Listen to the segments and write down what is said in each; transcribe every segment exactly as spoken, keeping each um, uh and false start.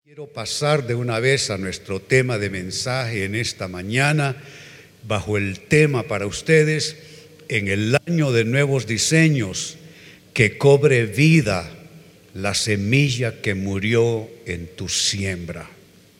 Quiero pasar de una vez a nuestro tema de mensaje en esta mañana, bajo el tema para ustedes, en el año de nuevos diseños, que cobre vida la semilla que murió en tu siembra.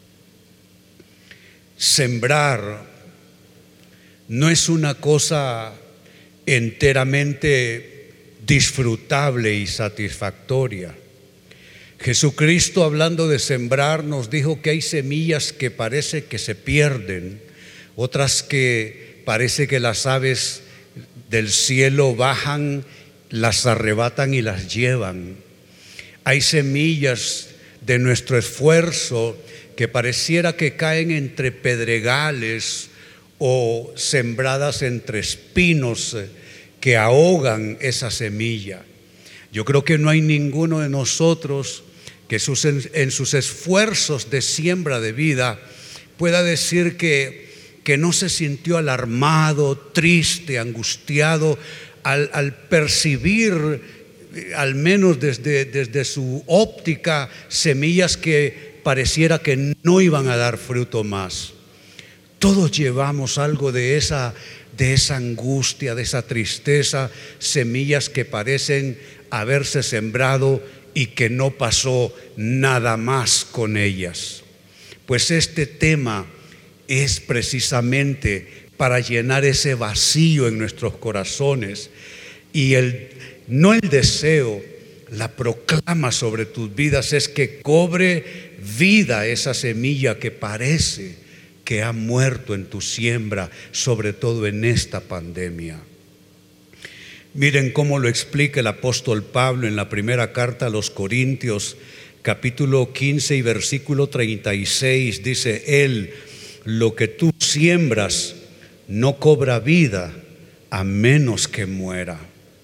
Sembrar no es una cosa enteramente disfrutable y satisfactoria. Jesucristo, hablando de sembrar, nos dijo que hay semillas que parece que se pierden, otras que parece que las aves del cielo bajan, las arrebatan y las llevan. Hay semillas de nuestro esfuerzo que pareciera que caen entre pedregales o sembradas entre espinos que ahogan esa semilla. Yo creo que no hay ninguno de nosotros que sus, en sus esfuerzos de siembra de vida pueda decir que, que no se sintió alarmado, triste, angustiado al, al percibir, al menos desde, desde su óptica, semillas que pareciera que no iban a dar fruto más. Todos llevamos algo de esa, de esa angustia, de esa tristeza, semillas que parecen haberse sembrado y que no pasó nada más con ellas. Pues este tema es precisamente para llenar ese vacío en nuestros corazones, y el, no el deseo, la proclama sobre tus vidas es que cobre vida esa semilla que parece que ha muerto en tu siembra, sobre todo en esta pandemia. Miren cómo lo explica el apóstol Pablo en la primera carta a los Corintios, capítulo quince y versículo treinta y seis. Dice él: lo que tú siembras no cobra vida a menos que muera.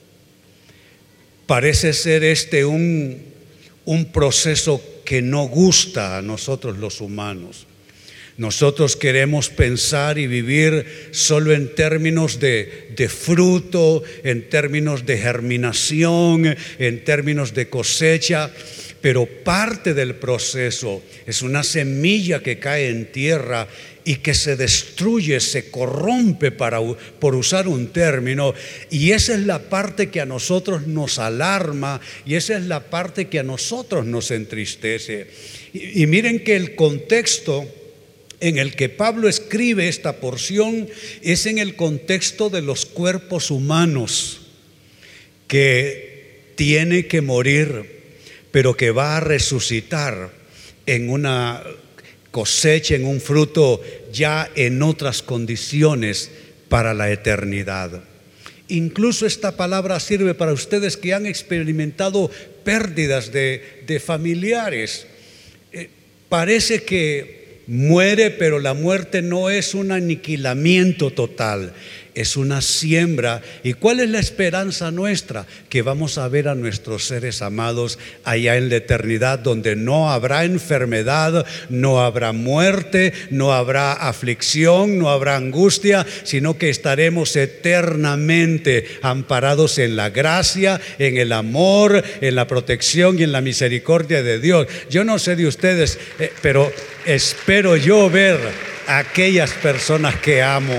Parece ser este un, un proceso que no gusta a nosotros los humanos. Nosotros queremos pensar y vivir solo en términos de, de fruto, en términos de germinación, en términos de cosecha, pero parte del proceso es una semilla que cae en tierra y que se destruye, se corrompe, para, por usar un término, y esa es la parte que a nosotros nos alarma, y esa es la parte que a nosotros nos entristece. Y, y miren que el contexto en el que Pablo escribe esta porción es en el contexto de los cuerpos humanos, que tiene que morir, pero que va a resucitar en una cosecha, en un fruto ya en otras condiciones para la eternidad. Incluso esta palabra sirve para ustedes que han experimentado pérdidas de, de familiares. Eh, parece que muere, pero la muerte no es un aniquilamiento total, es una siembra. ¿Y cuál es la esperanza nuestra? Que vamos a ver a nuestros seres amados allá en la eternidad, donde no habrá enfermedad, no habrá muerte, no habrá aflicción, no habrá angustia, sino que estaremos eternamente amparados en la gracia, en el amor, en la protección y en la misericordia de Dios. Yo no sé de ustedes, eh, pero espero yo ver a aquellas personas que amo.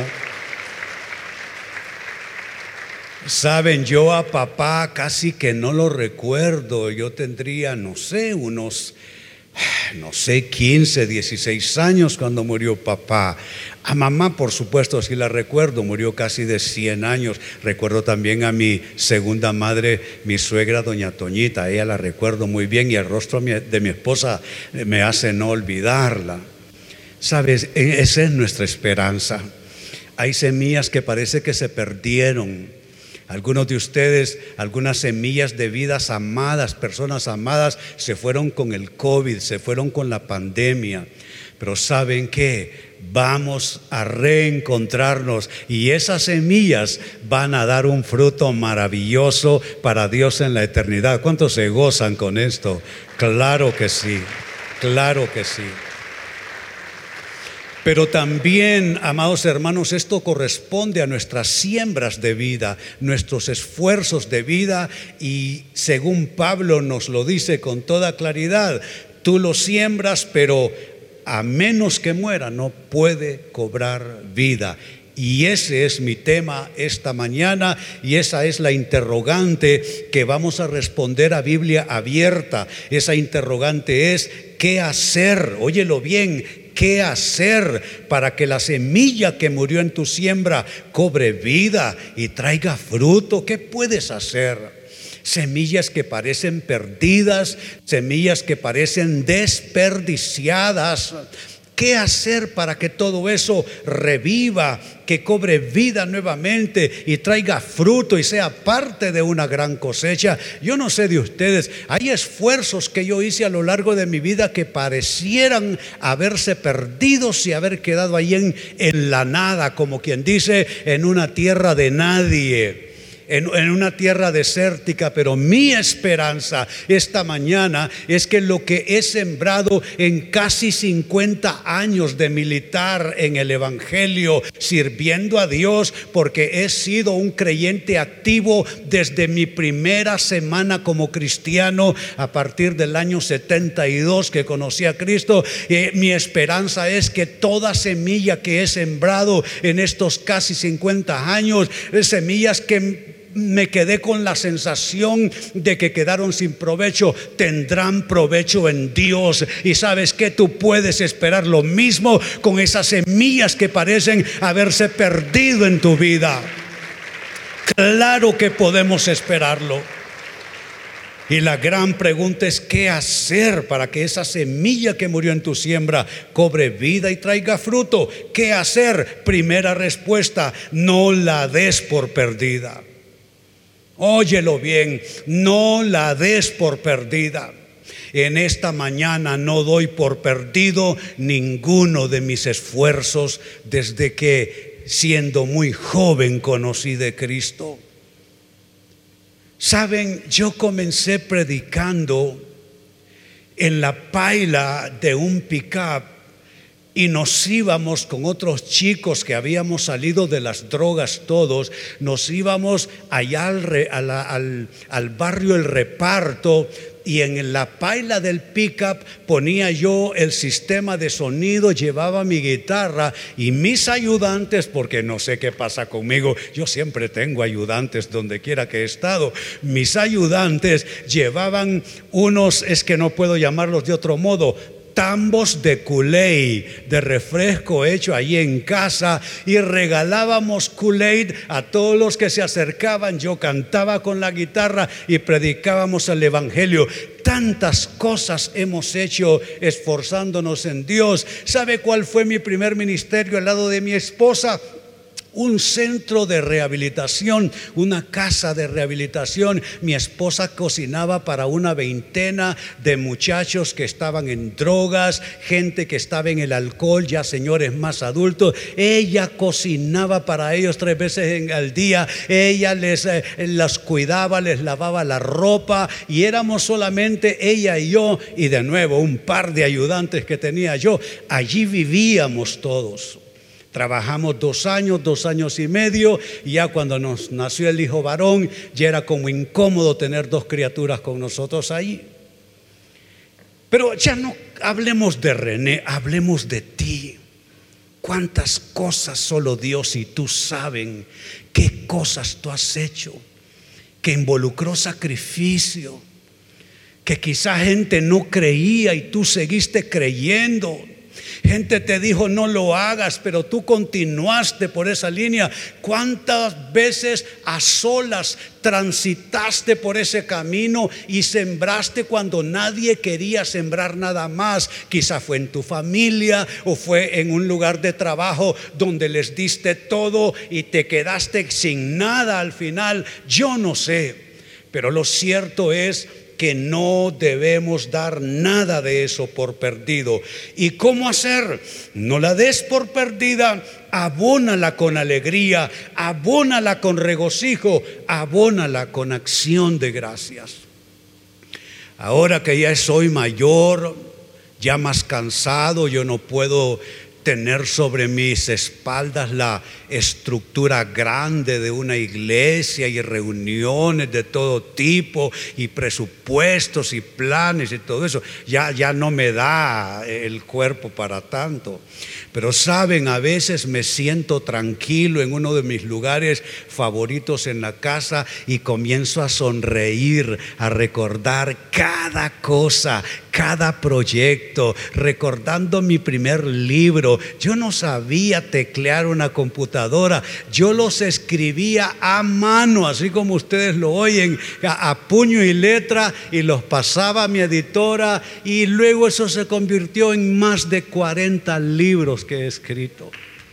Saben, yo a papá casi que no lo recuerdo. Yo tendría, no sé, unos, no sé, quince, dieciséis años cuando murió papá. A mamá, por supuesto, sí la recuerdo, murió casi de cien años. Recuerdo también a mi segunda madre, mi suegra, doña Toñita. Ella la recuerdo muy bien, y el rostro de mi esposa me hace no olvidarla. Sabes, esa es nuestra esperanza. Hay semillas que parece que se perdieron. Algunos de ustedes, algunas semillas de vidas amadas, personas amadas, se fueron con el COVID, se fueron con la pandemia. Pero ¿saben qué? Vamos a reencontrarnos, y esas semillas van a dar un fruto maravilloso para Dios en la eternidad. ¿Cuántos se gozan con esto? Claro que sí, claro que sí. Pero también, amados hermanos, esto corresponde a nuestras siembras de vida, nuestros esfuerzos de vida, y según Pablo nos lo dice con toda claridad, tú lo siembras, pero a menos que muera no puede cobrar vida. Y ese es mi tema esta mañana, y esa es la interrogante que vamos a responder a Biblia abierta. Esa interrogante es: ¿qué hacer? Óyelo bien, ¿qué hacer para que la semilla que murió en tu siembra cobre vida y traiga fruto? ¿Qué puedes hacer? Semillas que parecen perdidas, semillas que parecen desperdiciadas. ¿Qué hacer para que todo eso reviva, que cobre vida nuevamente y traiga fruto y sea parte de una gran cosecha? Yo no sé de ustedes, hay esfuerzos que yo hice a lo largo de mi vida que parecieran haberse perdidos y haber quedado ahí en, en la nada, como quien dice, en una tierra de nadie. En, en una tierra desértica. Pero mi esperanza esta mañana es que lo que he sembrado en casi cincuenta años de militar en el evangelio, sirviendo a Dios, porque he sido un creyente activo desde mi primera semana como cristiano, a partir del año setenta y dos que conocí a Cristo. Eh, mi esperanza es que toda semilla que he sembrado en estos casi cincuenta años, semillas que me quedé con la sensación de que quedaron sin provecho, tendrán provecho en Dios. Y sabes que tú puedes esperar lo mismo con esas semillas que parecen haberse perdido en tu vida. Claro que podemos esperarlo. Y la gran pregunta es: ¿qué hacer para que esa semilla que murió en tu siembra cobre vida y traiga fruto? ¿Qué hacer? Primera respuesta: no la des por perdida. Óyelo bien, no la des por perdida. En esta mañana no doy por perdido ninguno de mis esfuerzos desde que, siendo muy joven, conocí de Cristo. Saben, yo comencé predicando en la paila de un pick-up, y nos íbamos con otros chicos que habíamos salido de las drogas todos. Nos íbamos allá al, re, a la, al, al barrio El Reparto, y en la paila del pickup ponía yo el sistema de sonido, llevaba mi guitarra y mis ayudantes, porque no sé qué pasa conmigo, yo siempre tengo ayudantes donde quiera que he estado. Mis ayudantes llevaban unos, es que no puedo llamarlos de otro modo, tambos de Kool-Aid, de refresco hecho allí en casa, y regalábamos Kool-Aid a todos los que se acercaban. Yo cantaba con la guitarra y predicábamos el evangelio. Tantas cosas hemos hecho esforzándonos en Dios. ¿Sabe cuál fue mi primer ministerio al lado de mi esposa? Un centro de rehabilitación, una casa de rehabilitación. Mi esposa cocinaba para una veintena de muchachos que estaban en drogas, gente que estaba en el alcohol, ya señores más adultos. Ella cocinaba para ellos tres veces al día. Ella les eh, las cuidaba, les lavaba la ropa, y éramos solamente ella y yo, y de nuevo un par de ayudantes que tenía yo. Allí vivíamos todos. Trabajamos dos años, dos años y medio, y ya cuando nos nació el hijo varón, ya era como incómodo tener dos criaturas con nosotros ahí. Pero ya no hablemos de René, hablemos de ti. Cuántas cosas solo Dios y tú saben, qué cosas tú has hecho, que involucró sacrificio, que quizá gente no creía y tú seguiste creyendo. Gente te dijo no lo hagas, pero tú continuaste por esa línea. ¿Cuántas veces a solas transitaste por ese camino y sembraste cuando nadie quería sembrar nada más? Quizá fue en tu familia o fue en un lugar de trabajo donde les diste todo y te quedaste sin nada al final. Yo no sé, pero lo cierto es que no debemos dar nada de eso por perdido. ¿Y cómo hacer? No la des por perdida, abónala con alegría, abónala con regocijo, abónala con acción de gracias. Ahora que ya soy mayor, ya más cansado, yo no puedo tener sobre mis espaldas la estructura grande de una iglesia y reuniones de todo tipo y presupuestos y planes y todo eso. Ya, ya no me da el cuerpo para tanto. Pero saben, a veces me siento tranquilo en uno de mis lugares favoritos en la casa y comienzo a sonreír, a recordar cada cosa, cada proyecto, recordando mi primer libro. Yo no sabía teclear una computadora, yo los escribía a mano, así como ustedes lo oyen, a, a puño y letra, y los pasaba a mi editora, y luego eso se convirtió en más de cuarenta libros que he escrito.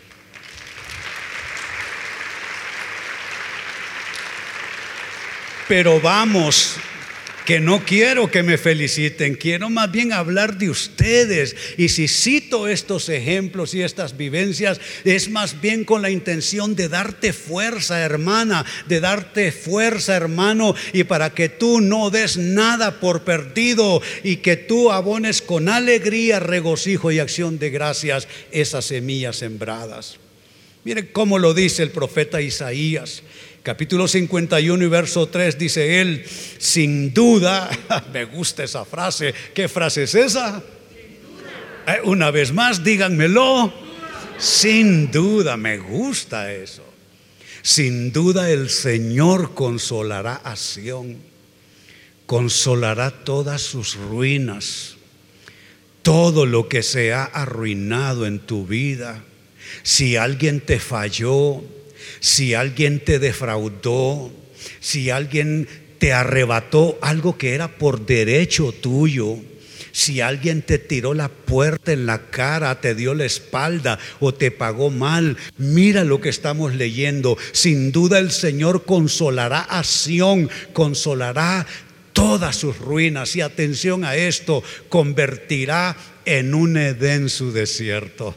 Pero vamos, que no quiero que me feliciten, quiero más bien hablar de ustedes. Y si cito estos ejemplos y estas vivencias, es más bien con la intención de darte fuerza, hermana, de darte fuerza, hermano, y para que tú no des nada por perdido y que tú abones con alegría, regocijo y acción de gracias esas semillas sembradas. Miren cómo lo dice el profeta Isaías. Capítulo cincuenta y uno y verso tres, dice él: sin duda, me gusta esa frase. ¿Qué frase es esa? Eh, una vez más, díganmelo. Sin duda, me gusta eso. Sin duda el Señor consolará a Sión, consolará todas sus ruinas, todo lo que se ha arruinado en tu vida. Si alguien te falló, si alguien te defraudó, si alguien te arrebató algo que era por derecho tuyo, si alguien te tiró la puerta en la cara, te dio la espalda o te pagó mal, mira lo que estamos leyendo. Sin duda el Señor consolará a Sión, consolará todas sus ruinas, y atención a esto, convertirá en un Edén su desierto.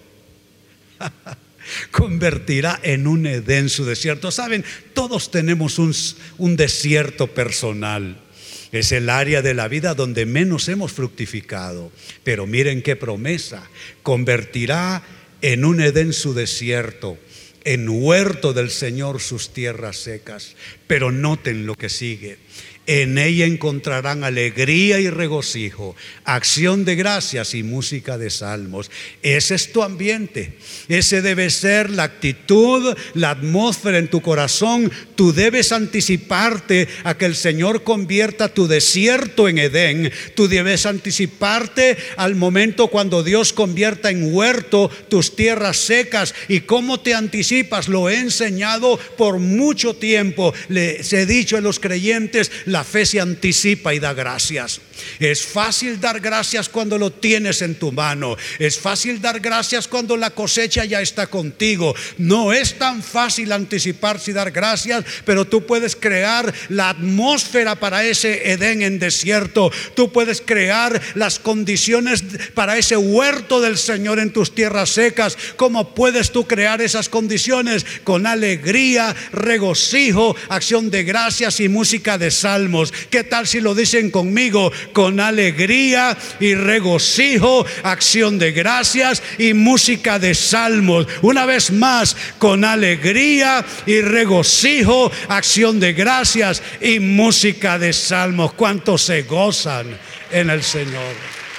Convertirá en un Edén su desierto. Saben, todos tenemos un, un desierto personal. Es el área de la vida donde menos hemos fructificado. Pero miren qué promesa: convertirá en un Edén su desierto, en huerto del Señor sus tierras secas. Pero noten lo que sigue: en ella encontrarán alegría y regocijo, acción de gracias y música de salmos. Ese es tu ambiente, ese debe ser la actitud, la atmósfera en tu corazón. Tú debes anticiparte a que el Señor convierta tu desierto en Edén. Tú debes anticiparte al momento cuando Dios convierta en huerto tus tierras secas. ¿Y cómo te anticipas? Lo he enseñado por mucho tiempo. Les he dicho a los creyentes: la fe se anticipa y da gracias. Es fácil dar gracias cuando lo tienes en tu mano. Es fácil dar gracias cuando la cosecha ya está contigo. No es tan fácil anticiparse y dar gracias, pero tú puedes crear la atmósfera para ese Edén en desierto. Tú puedes crear las condiciones para ese huerto del Señor en tus tierras secas. ¿Cómo puedes tú crear esas condiciones? Con alegría, regocijo, acción de gracias y música de salmos. ¿Qué tal si lo dicen conmigo? Con alegría y regocijo, acción de gracias y música de salmos. Una vez más, con alegría y regocijo, acción de gracias y música de salmos. ¿Cuántos se gozan en el Señor?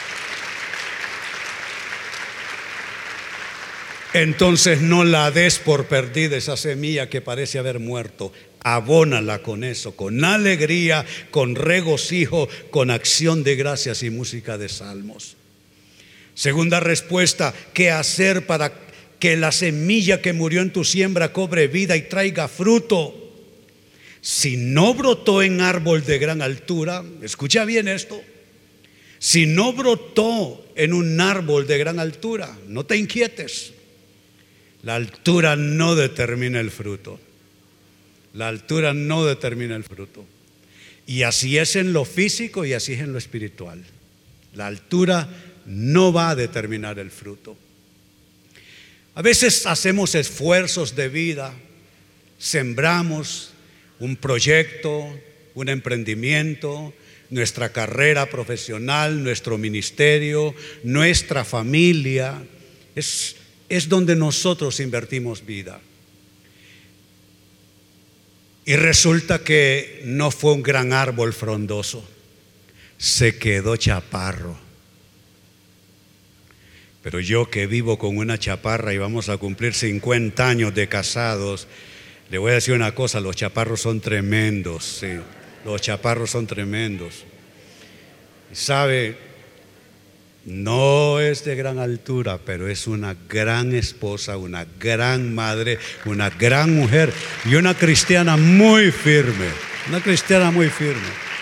Entonces no la des por perdida, esa semilla que parece haber muerto. Abónala con eso, con alegría, con regocijo, con acción de gracias y música de salmos. Segunda respuesta: ¿qué hacer para que la semilla que murió en tu siembra cobre vida y traiga fruto? Si no brotó en árbol de gran altura, escucha bien esto, si no brotó en un árbol de gran altura, no te inquietes. La altura no determina el fruto. La altura no determina el fruto. Y así es en lo físico y así es en lo espiritual. La altura no va a determinar el fruto. A veces hacemos esfuerzos de vida, sembramos un proyecto, un emprendimiento, nuestra carrera profesional, nuestro ministerio, nuestra familia. Es es donde nosotros invertimos vida. Y resulta que no fue un gran árbol frondoso, se quedó chaparro. Pero yo que vivo con una chaparra y vamos a cumplir cincuenta años de casados, le voy a decir una cosa: los chaparros son tremendos, sí, los chaparros son tremendos. ¿Sabe? No es de gran altura, pero es una gran esposa, una gran madre, una gran mujer y una cristiana muy firme, una cristiana muy firme.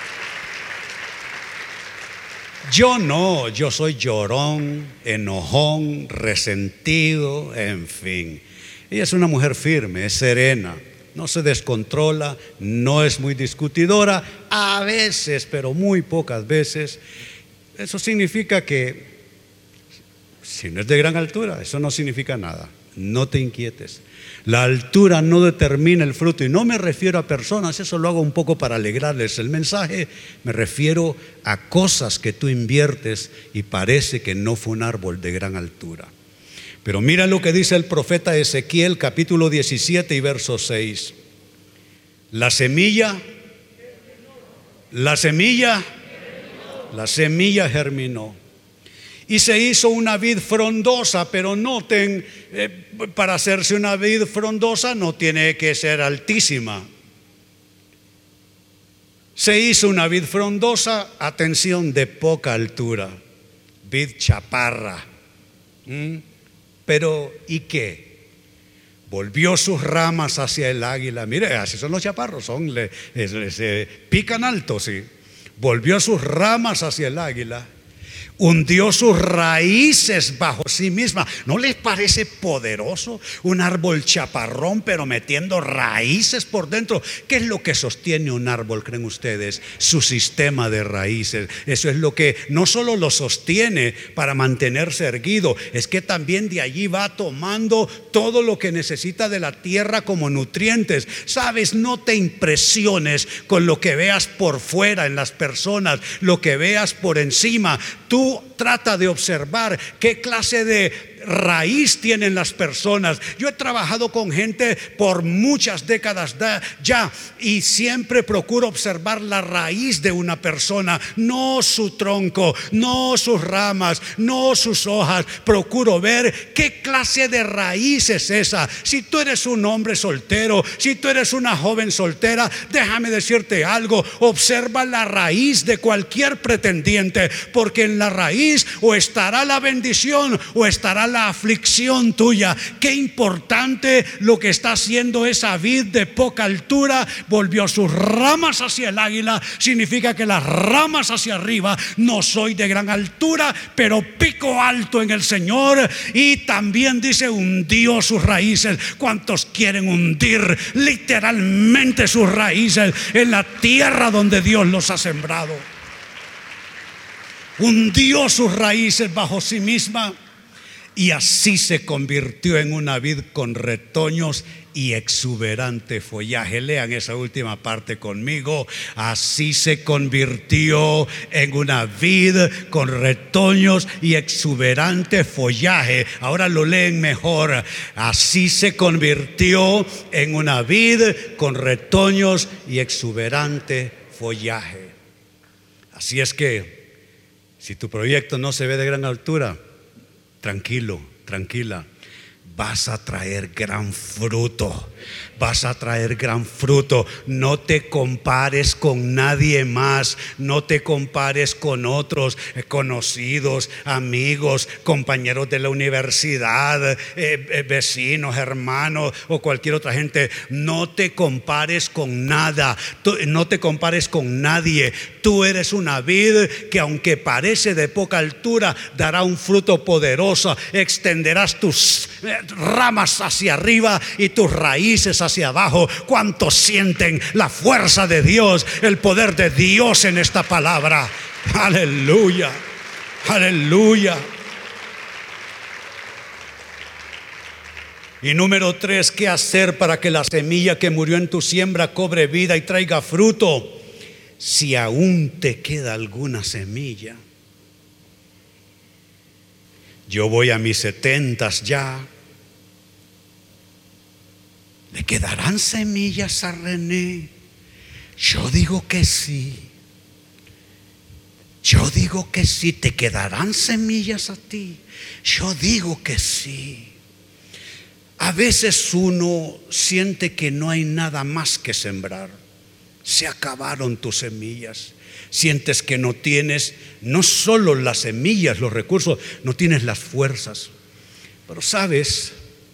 Yo no, yo soy llorón, enojón, resentido, en fin. Ella es una mujer firme, es serena, no se descontrola, no es muy discutidora, a veces, pero muy pocas veces. Eso significa que, si no es de gran altura, eso no significa nada. No te inquietes. La altura no determina el fruto, y no me refiero a personas, eso lo hago un poco para alegrarles el mensaje. Me refiero a cosas que tú inviertes y parece que no fue un árbol de gran altura. Pero mira lo que dice el profeta Ezequiel, capítulo diecisiete y verso seis. La semilla, la semilla, la semilla germinó y se hizo una vid frondosa. Pero noten, eh, para hacerse una vid frondosa no tiene que ser altísima. Se hizo una vid frondosa, atención, de poca altura, vid chaparra. ¿Mm? Pero ¿y qué? Volvió sus ramas hacia el águila. Mire, así son los chaparros, son, le, le, le, se pican alto, sí. Volvió sus ramas hacia el águila, hundió sus raíces bajo sí misma. ¿No les parece poderoso un árbol chaparrón pero metiendo raíces por dentro? ¿Qué es lo que sostiene un árbol, creen ustedes? Su sistema de raíces. Eso es lo que no solo lo sostiene para mantenerse erguido, es que también de allí va tomando todo lo que necesita de la tierra como nutrientes. Sabes, no te impresiones con lo que veas por fuera en las personas, lo que veas por encima. Tú trata de observar qué clase de raíz tienen las personas. Yo he trabajado con gente por muchas décadas ya, y siempre procuro observar la raíz de una persona, no su tronco, no sus ramas, no sus hojas. Procuro ver qué clase de raíz es esa. Si tú eres un hombre soltero, si tú eres una joven soltera, déjame decirte algo: observa la raíz de cualquier pretendiente, porque en la raíz o estará la bendición o estará la aflicción tuya. Qué importante lo que está haciendo esa vid de poca altura. Volvió sus ramas hacia el águila. Significa que las ramas hacia arriba. No soy de gran altura, pero pico alto en el Señor. Y también dice, hundió sus raíces. ¿Cuántos quieren hundir literalmente sus raíces en la tierra donde Dios los ha sembrado? Hundió sus raíces bajo sí misma, y así se convirtió en una vid con retoños y exuberante follaje. Lean esa última parte conmigo. Así se convirtió en una vid con retoños y exuberante follaje. Ahora lo leen mejor. Así se convirtió en una vid con retoños y exuberante follaje. Así es que, si tu proyecto no se ve de gran altura, tranquilo, tranquila, vas a traer gran fruto. Vas a traer gran fruto. No te compares con nadie más. No te compares con otros conocidos, amigos, compañeros de la universidad, eh, eh, vecinos, hermanos o cualquier otra gente. No te compares con nada. Tú, no te compares con nadie. Tú eres una vid que, aunque parece de poca altura, dará un fruto poderoso. Extenderás tus ramas hacia arriba y tus raíces hacia abajo. ¿Cuántos sienten la fuerza de Dios, el poder de Dios en esta palabra? Aleluya, aleluya. Y número tres, ¿qué hacer para que la semilla que murió en tu siembra cobre vida y traiga fruto? Si aún te queda alguna semilla. Yo voy a mis setentas ya, ¿Le quedarán semillas a René? Yo digo que sí. Yo digo que sí. ¿Te quedarán semillas a ti? Yo digo que sí. A veces uno siente que no hay nada más que sembrar. Se acabaron tus semillas. Sientes que no tienes no solo las semillas, los recursos, no tienes las fuerzas. Pero sabes,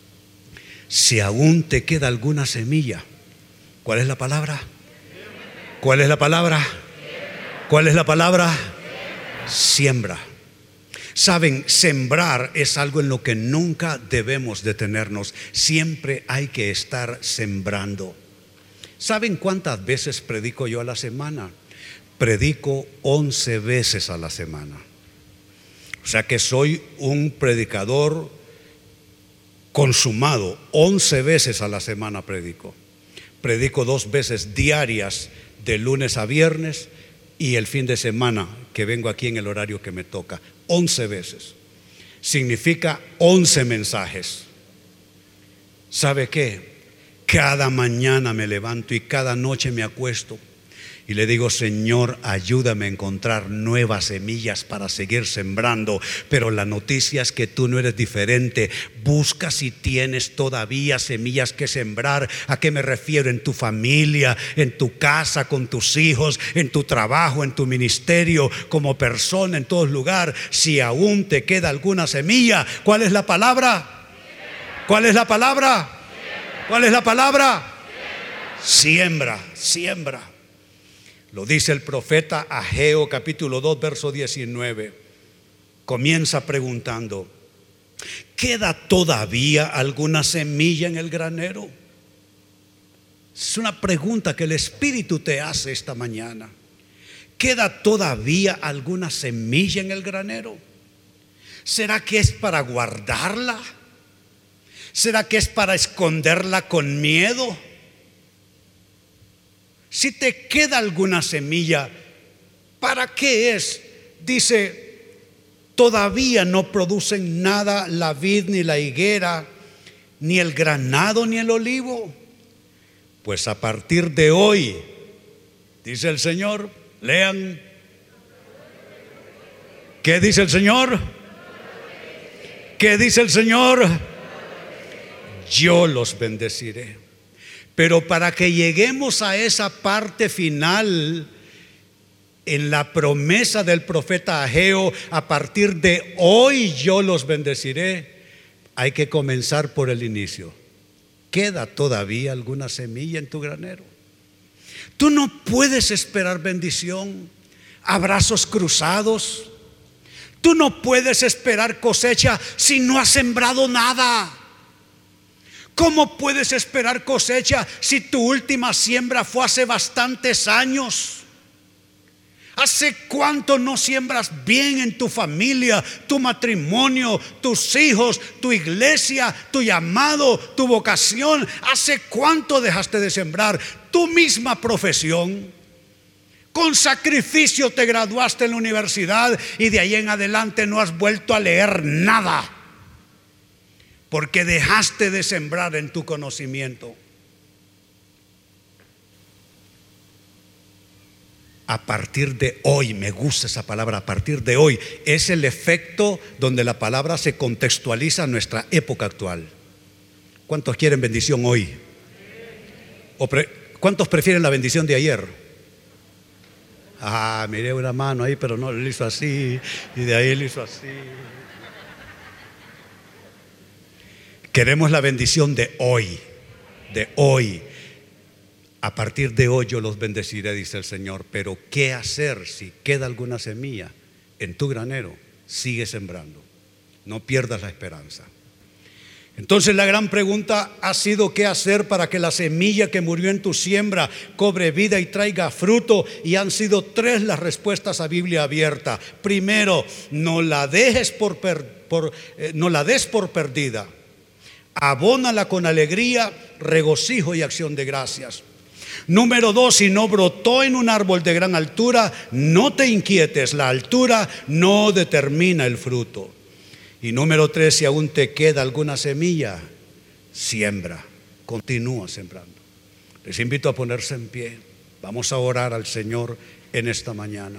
si aún te queda alguna semilla, ¿cuál es la palabra? ¿Cuál es la palabra? ¿Cuál es la palabra? Siembra. Saben, sembrar es algo en lo que nunca debemos detenernos. Siempre hay que estar sembrando. ¿Saben cuántas veces predico yo a la semana? Predico once veces a la semana. O sea que soy un predicador consumado. Once veces a la semana predico. Predico dos veces diarias, de lunes a viernes, y el fin de semana que vengo aquí en el horario que me toca. Once veces. Significa once mensajes. ¿Sabe qué? Cada mañana me levanto y cada noche me acuesto y le digo: Señor, ayúdame a encontrar nuevas semillas para seguir sembrando. Pero la noticia es que tú no eres diferente. Busca si tienes todavía semillas que sembrar. ¿A qué me refiero? En tu familia, en tu casa, con tus hijos, en tu trabajo, en tu ministerio, como persona, en todo lugar. Si aún te queda alguna semilla, ¿cuál es la palabra? ¿Cuál es la palabra? ¿Cuál es la palabra? Siembra, siembra. Lo dice el profeta Ageo, capítulo dos, verso diecinueve. Comienza preguntando: ¿queda todavía alguna semilla en el granero? Es una pregunta que el Espíritu te hace esta mañana. ¿Queda todavía alguna semilla en el granero? ¿Será que es para guardarla? ¿Será que es para esconderla con miedo? Si te queda alguna semilla, ¿para qué es? Dice: todavía no producen nada la vid ni la higuera, ni el granado ni el olivo. Pues a partir de hoy, dice el Señor, lean. ¿Qué dice el Señor? ¿Qué dice el Señor? Yo los bendeciré. Pero para que lleguemos a esa parte final, en la promesa del profeta Ageo, a partir de hoy yo los bendeciré, hay que comenzar por el inicio. ¿Queda todavía alguna semilla en tu granero? Tú no puedes esperar bendición a brazos cruzados. Tú no puedes esperar cosecha si no has sembrado nada. ¿Cómo puedes esperar cosecha si tu última siembra fue hace bastantes años? ¿Hace cuánto no siembras bien en tu familia, tu matrimonio, tus hijos, tu iglesia, tu llamado, tu vocación? ¿Hace cuánto dejaste de sembrar tu misma profesión? Con sacrificio te graduaste en la universidad y de ahí en adelante no has vuelto a leer nada, porque dejaste de sembrar en tu conocimiento. A partir de hoy, me gusta esa palabra, a partir de hoy, es el efecto donde la palabra se contextualiza en nuestra época actual. ¿Cuántos quieren bendición hoy? ¿O pre- ¿Cuántos prefieren la bendición de ayer? Ah, miré una mano ahí, pero no, le hizo así, y de ahí le hizo así. Queremos la bendición de hoy, de hoy. A partir de hoy yo los bendeciré, dice el Señor. Pero ¿qué hacer si queda alguna semilla en tu granero? Sigue sembrando, no pierdas la esperanza. Entonces la gran pregunta ha sido: ¿qué hacer para que la semilla que murió en tu siembra cobre vida y traiga fruto? Y han sido tres las respuestas a Biblia abierta. Primero, no la dejes por, per, por eh, no la des por perdida. Abónala con alegría, regocijo y acción de gracias. Número dos, si no brotó en un árbol de gran altura, no te inquietes, la altura no determina el fruto. Y número tres, si aún te queda alguna semilla, siembra continúa sembrando. Les invito a ponerse en pie. Vamos a orar al Señor en esta mañana.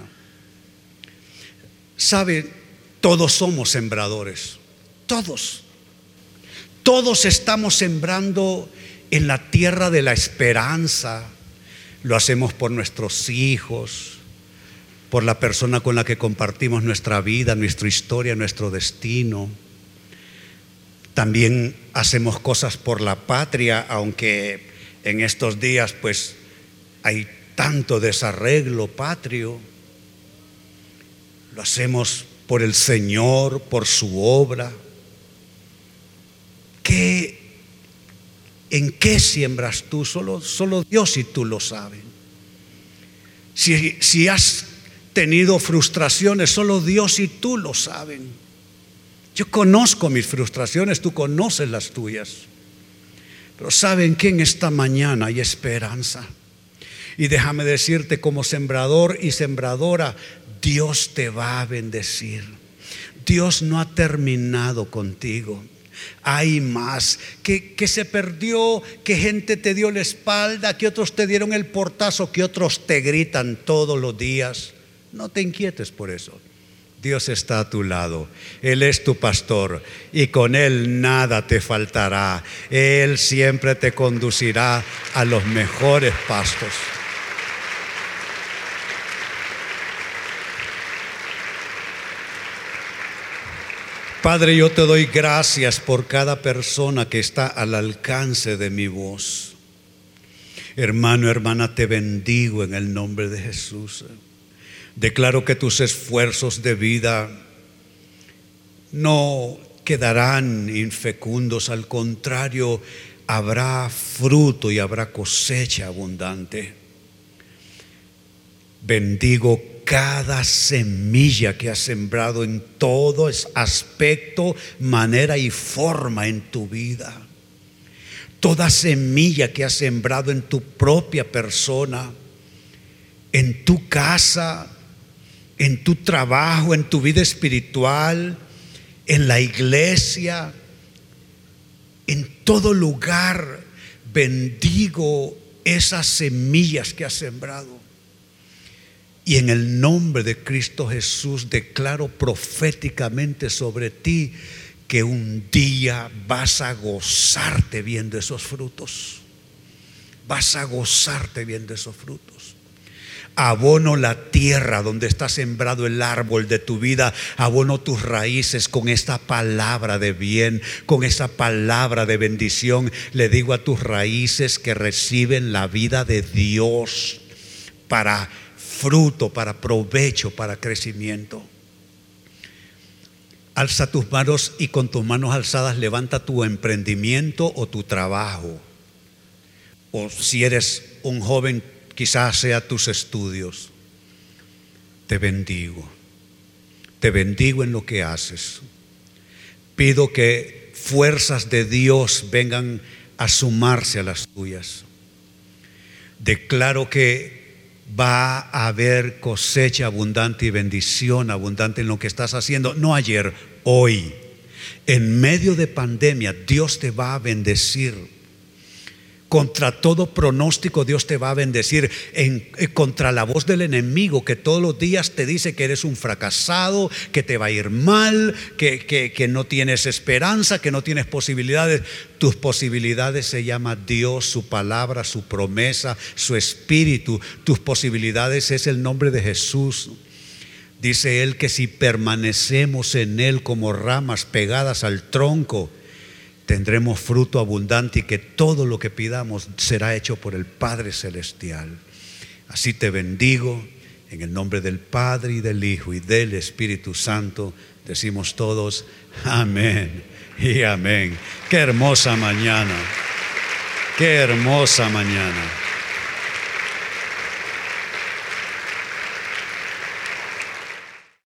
¿Sabe? Todos somos sembradores. Todos. Todos estamos sembrando en la tierra de la esperanza. Lo hacemos por nuestros hijos, por la persona con la que compartimos nuestra vida, nuestra historia, nuestro destino. También hacemos cosas por la patria, aunque en estos días pues hay tanto desarreglo patrio. Lo hacemos por el Señor, por su obra. ¿Qué, ¿En qué siembras tú? Solo, solo Dios y tú lo saben. Si, si has tenido frustraciones, solo Dios y tú lo saben. Yo conozco mis frustraciones, tú conoces las tuyas. Pero ¿saben que en esta mañana hay esperanza? Y déjame decirte, como sembrador y sembradora, Dios te va a bendecir. Dios no ha terminado contigo. Hay más, que, que se perdió, que gente te dio la espalda, que otros te dieron el portazo, que otros te gritan todos los días. No te inquietes por eso. Dios está a tu lado. Él es tu pastor y con Él nada te faltará. Él siempre te conducirá a los mejores pastos. Padre, yo te doy gracias por cada persona que está al alcance de mi voz. Hermano, hermana, te bendigo en el nombre de Jesús. Declaro que tus esfuerzos de vida no quedarán infecundos, al contrario, habrá fruto y habrá cosecha abundante. Bendigo cada semilla que has sembrado en todo aspecto, manera y forma en tu vida. Toda semilla que has sembrado en tu propia persona, en tu casa, en tu trabajo, en tu vida espiritual, en la iglesia, en todo lugar, bendigo esas semillas que has sembrado. Y en el nombre de Cristo Jesús declaro proféticamente sobre ti que un día vas a gozarte viendo esos frutos. Vas a gozarte viendo esos frutos. Abono la tierra donde está sembrado el árbol de tu vida. Abono tus raíces con esta palabra de bien, con esa palabra de bendición. Le digo a tus raíces que reciben la vida de Dios para fruto, para provecho, para crecimiento. Alza tus manos y con tus manos alzadas levanta tu emprendimiento o tu trabajo. O si eres un joven, quizás sea tus estudios. Te bendigo. Te bendigo en lo que haces. Pido que fuerzas de Dios vengan a sumarse a las tuyas. Declaro que va a haber cosecha abundante y bendición abundante en lo que estás haciendo. No ayer, hoy. En medio de pandemia, Dios te va a bendecir. Contra todo pronóstico, Dios te va a bendecir. En, en, contra la voz del enemigo que todos los días te dice que eres un fracasado, que te va a ir mal, que, que, que no tienes esperanza, que no tienes posibilidades. Tus posibilidades se llama Dios, su palabra, su promesa, su espíritu. Tus posibilidades es el nombre de Jesús. Dice Él que si permanecemos en Él como ramas pegadas al tronco, tendremos fruto abundante y que todo lo que pidamos será hecho por el Padre Celestial. Así te bendigo en el nombre del Padre y del Hijo y del Espíritu Santo. Decimos todos amén y amén. Qué hermosa mañana, qué hermosa mañana.